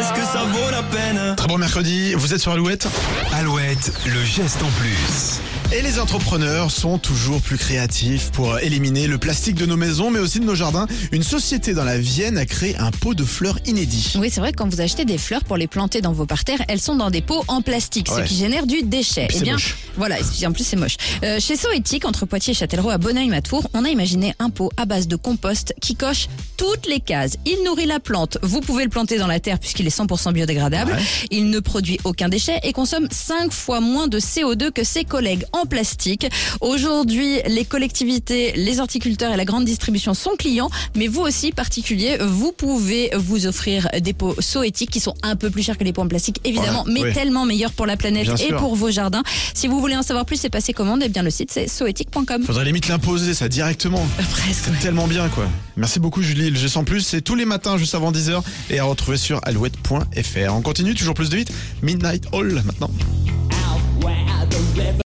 Est-ce que ça vaut la peine? Très bon mercredi, vous êtes sur Alouette. Alouette, le geste en plus. Et les entrepreneurs sont toujours plus créatifs pour éliminer le plastique de nos maisons, mais aussi de nos jardins. Une société dans la Vienne a créé un pot de fleurs inédit. Oui, c'est vrai que quand vous achetez des fleurs pour les planter dans vos parterres, elles sont dans des pots en plastique, Ouais. ce qui génère du déchet. Et puis c'est moche. Voilà, et en plus c'est moche. Chez Soéthique, entre Poitiers et Châtellerault à Bonneuil-Matour, on a imaginé un pot à base de compost qui coche toutes les cases. Il nourrit la plante. Vous pouvez le planter dans la terre puisqu'il est 100% biodégradable. Ouais. Il ne produit aucun déchet et consomme 5 fois moins de CO2 que ses collègues en plastique. Aujourd'hui, les collectivités, les horticulteurs et la grande distribution sont clients, mais vous aussi, particuliers, vous pouvez vous offrir des pots Soéthique qui sont un peu plus chers que les pots en plastique, évidemment, Voilà, mais oui. tellement meilleurs pour la planète Bien et sûr. pour vos jardins. Si vous voulez en savoir plus et passer commande, eh bien le site c'est soéthique.com. Faudrait limite l'imposer, ça, directement. Presque. C'est tellement bien, quoi. Merci beaucoup, Julie. Le Geste en plus, c'est tous les matins, juste avant 10h, et à retrouver sur alouette.fr. On continue, toujours plus de vite. Midnight All, maintenant.